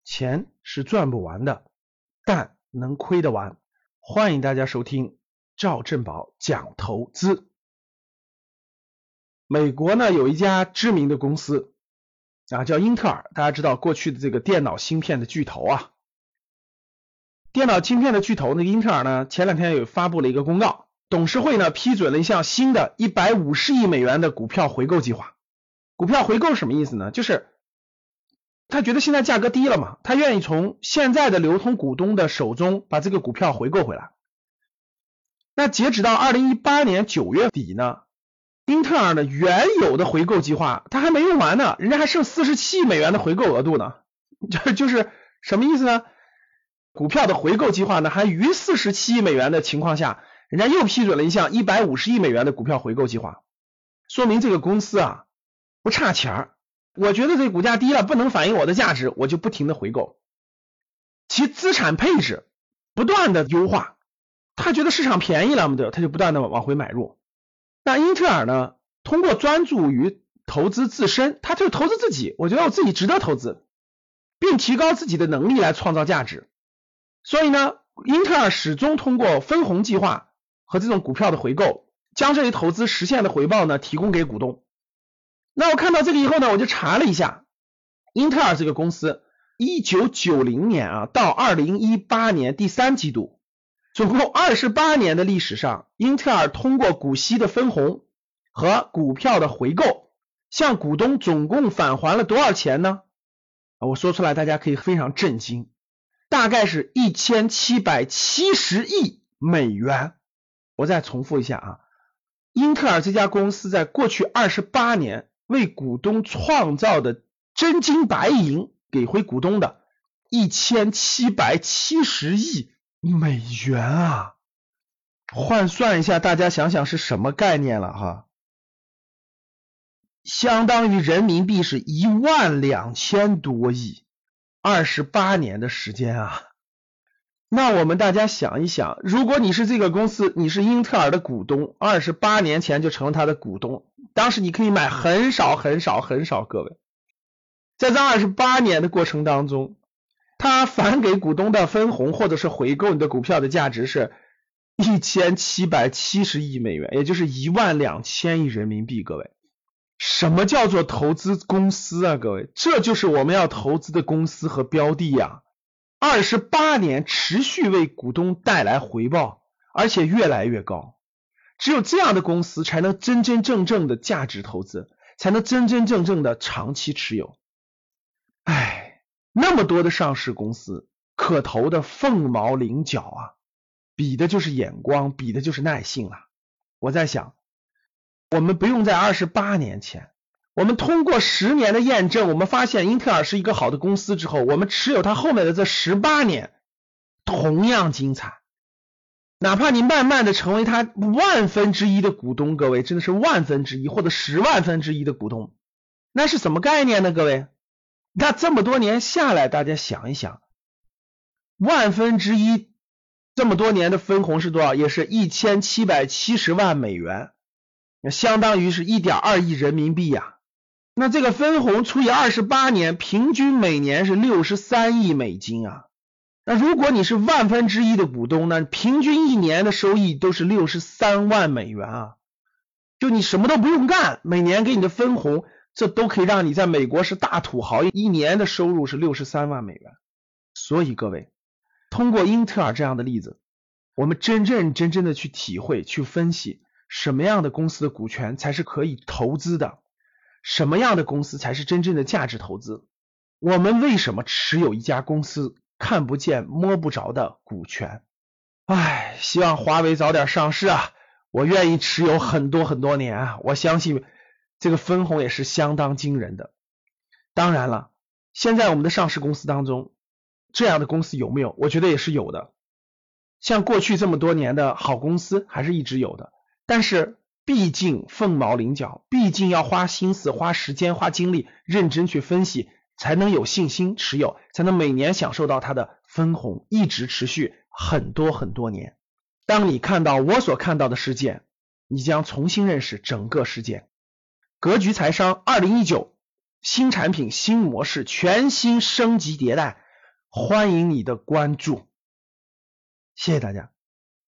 钱是赚不完的，但能亏得完。欢迎大家收听赵正宝讲投资。美国呢有一家知名的公司叫英特尔，大家知道过去的这个电脑芯片的巨头啊。电脑芯片的巨头那个英特尔呢，前两天有发布了一个公告，董事会呢批准了一项新的150亿美元的股票回购计划。股票回购什么意思呢？就是他觉得现在价格低了嘛，他愿意从现在的流通股东的手中把这个股票回购回来。那截止到2018年9月底呢，英特尔的原有的回购计划它还没用完呢，人家还剩47亿美元的回购额度呢。就是什么意思呢？股票的回购计划呢还余47亿美元的情况下，人家又批准了一项150亿美元的股票回购计划，说明这个公司啊不差钱儿。我觉得这股价低了不能反映我的价值，我就不停的回购，其资产配置不断的优化，他觉得市场便宜了嘛，对，他就不断的往回买入。那英特尔呢，通过专注于投资自身，他就投资自己，我觉得我自己值得投资，并提高自己的能力来创造价值。所以呢，英特尔始终通过分红计划和这种股票的回购，将这一投资实现的回报呢提供给股东。那我看到这个以后呢，我就查了一下英特尔这个公司1990年到2018年第3季度，总共28年的历史上，英特尔通过股息的分红和股票的回购向股东总共返还了多少钱呢？我说出来大家可以非常震惊，大概是1770亿美元。我再重复一下英特尔这家公司在过去28年为股东创造的真金白银给回股东的1770亿美元啊！换算一下，大家想想是什么概念了哈？相当于人民币是12000多亿，28年的时间啊！那我们大家想一想，如果你是这个公司，你是英特尔的股东，28年前就成了他的股东，当时你可以买很少，各位，在这28年的过程当中，他返给股东的分红或者是回购你的股票的价值是1770亿美元，也就是12000亿人民币。各位，什么叫做投资公司啊？各位，这就是我们要投资的公司和标的呀。28年持续为股东带来回报，而且越来越高。只有这样的公司才能真真正正的价值投资，才能真真正正的长期持有。那么多的上市公司可投的凤毛麟角比的就是眼光，比的就是耐性了。我在想，我们不用在28年前，我们通过10年的验证，我们发现英特尔是一个好的公司之后，我们持有它后面的这18年同样精彩。哪怕你慢慢的成为它1/1000的股东，各位，真的是1/1000或者10000000的股东，那是什么概念呢？各位，那这么多年下来，大家想一想，1/1000这么多年的分红是多少？也是1770万美元，相当于是1.2亿人民币呀。那这个分红除以28年，平均每年是63亿美金啊。那如果你是1/1000的股东呢，平均一年的收益都是63万美元啊。就你什么都不用干，每年给你的分红，这都可以让你在美国是大土豪，一年的收入是63万美元。所以各位，通过英特尔这样的例子，我们真正的去体会，去分析什么样的公司的股权才是可以投资的，什么样的公司才是真正的价值投资。我们为什么持有一家公司看不见摸不着的股权？希望华为早点上市我愿意持有很多年我相信这个分红也是相当惊人的。当然了，现在我们的上市公司当中，这样的公司有没有？我觉得也是有的。像过去这么多年的好公司还是一直有的，但是毕竟凤毛麟角，毕竟要花心思、花时间、花精力认真去分析，才能有信心持有，才能每年享受到它的分红，一直持续很多年。当你看到我所看到的事件，你将重新认识整个事件。格局财商2019新产品新模式全新升级迭代， 欢迎你的关注，谢谢大家。